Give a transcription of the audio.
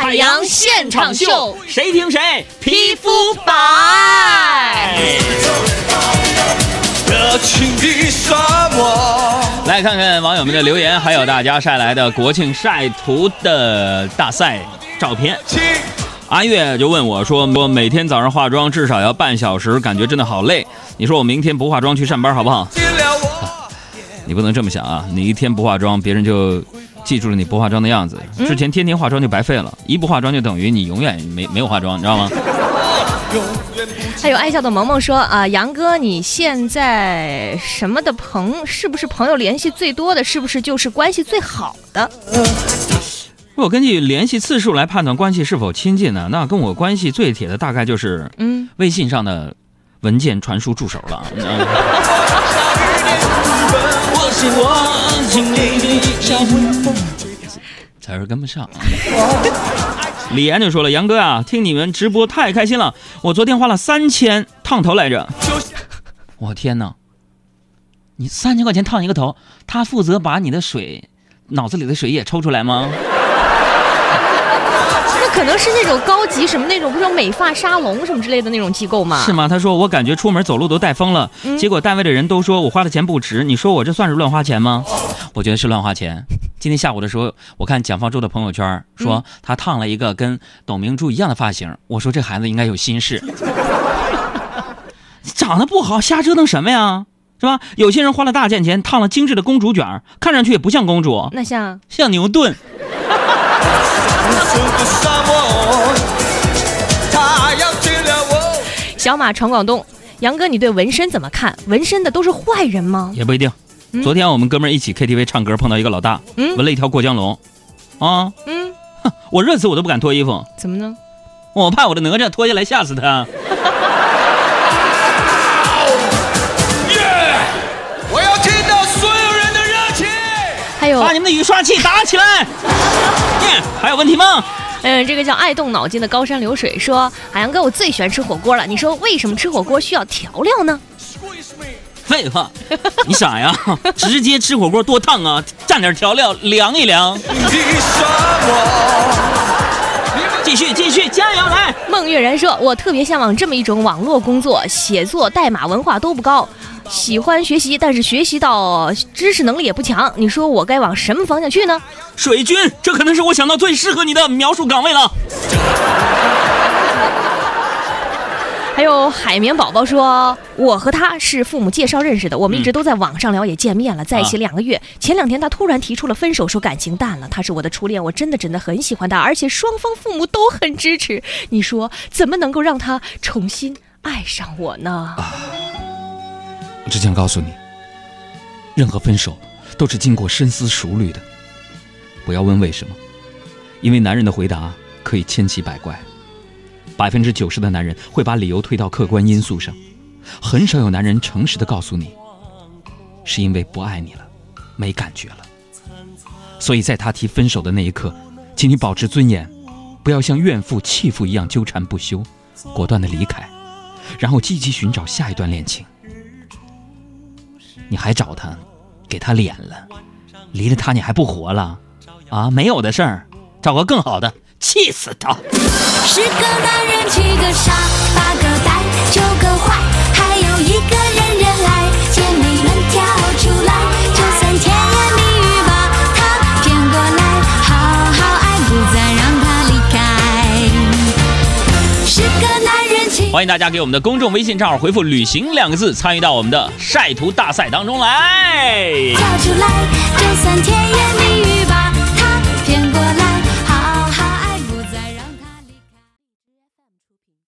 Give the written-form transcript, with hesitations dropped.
海洋现场秀， 谁听谁皮肤白。 热情的沙漠。 来看看网友们的留言，还有大家晒来的国庆晒图的大赛照片。阿月就问我说每天早上化妆至少要半小时，感觉真的好累。你说我明天不化妆去上班好不好？你不能这么想啊！你一天不化妆，别人就记住了你不化妆的样子。之前天天化妆就白费了，一不化妆就等于你永远没有化妆，你知道吗？ 还有爱笑的萌萌说啊，杨哥，你现在什么的是不是朋友联系最多的？是不是就是关系最好的？ 我根据联系次数来判断关系是否亲近呢？那跟我关系最铁的大概就是微信上的文件传输助手了。才是跟不上。李岩就说了，杨哥啊，听你们直播太开心了，我昨天花了3000烫头来着。我天哪，你3000块钱烫一个头，他负责把你的水脑子里的水也抽出来吗？ 那可能是那种高级什么那种，不是美发沙龙什么之类的那种机构吗？ 是吗？他说我感觉出门走路都带风了，结果单位的人都说我花的钱不值，你说我这算是乱花钱吗？我觉得是乱花钱。今天下午的时候，我看蒋方舟的朋友圈说他烫了一个跟董明珠一样的发型，我说这孩子应该有心事。长得不好瞎折腾什么呀？是吧？有些人花了大价钱烫了精致的公主卷，看上去也不像公主， 那像牛顿。 小马闯广东，杨哥，你对纹身怎么看？纹身的都是坏人吗？ 也不一定。昨天我们哥们儿一起 KTV 唱歌，碰到一个老大，纹了一条过江龙，我热死我都不敢脱衣服。 怎么呢？ 我怕我的哪吒脱下来吓死他。 我要听到所有人的热情。 还有， 把你们的雨刷器打起来。还有问题吗？ 这个叫爱动脑筋的高山流水说，海洋哥，我最喜欢吃火锅了。你说为什么吃火锅需要调料呢？ 废话，你傻呀？直接吃火锅多烫啊！蘸点调料凉一凉。继续，加油来！ 孟月然说，我特别向往这么一种网络工作，写作、代码文化都不高，喜欢学习，但是学习到知识能力也不强。你说我该往什么方向去呢？ 水军，这可能是我想到最适合你的描述岗位了。 还有海绵宝宝说，我和他是父母介绍认识的，我们一直都在网上聊，也见面了，在一起2个月。前2天他突然提出了分手，说感情淡了。他是我的初恋，我真的很喜欢他，而且双方父母都很支持。你说怎么能够让他重新爱上我呢？ 我只想告诉你，任何分手都是经过深思熟虑的。不要问为什么，因为男人的回答可以千奇百怪。90%的男人会把理由推到客观因素上，很少有男人诚实的告诉你，是因为不爱你了，没感觉了。所以在他提分手的那一刻，请你保持尊严，不要像怨妇弃妇一样纠缠不休，果断的离开，然后积极寻找下一段恋情。你还找他，给他脸了，离了他你还不活了啊？没有的事儿，找个更好的，气死他。 10个男人7个傻8个呆9个坏，还有1个人爱，姐妹们跳出来，就算甜言蜜语把他骗过来，好好爱，不再让他离开。10个男人7。 欢迎大家给我们的公众微信账号回复旅行2个字，参与到我们的晒图大赛当中来。 跳出来，就算甜言蜜语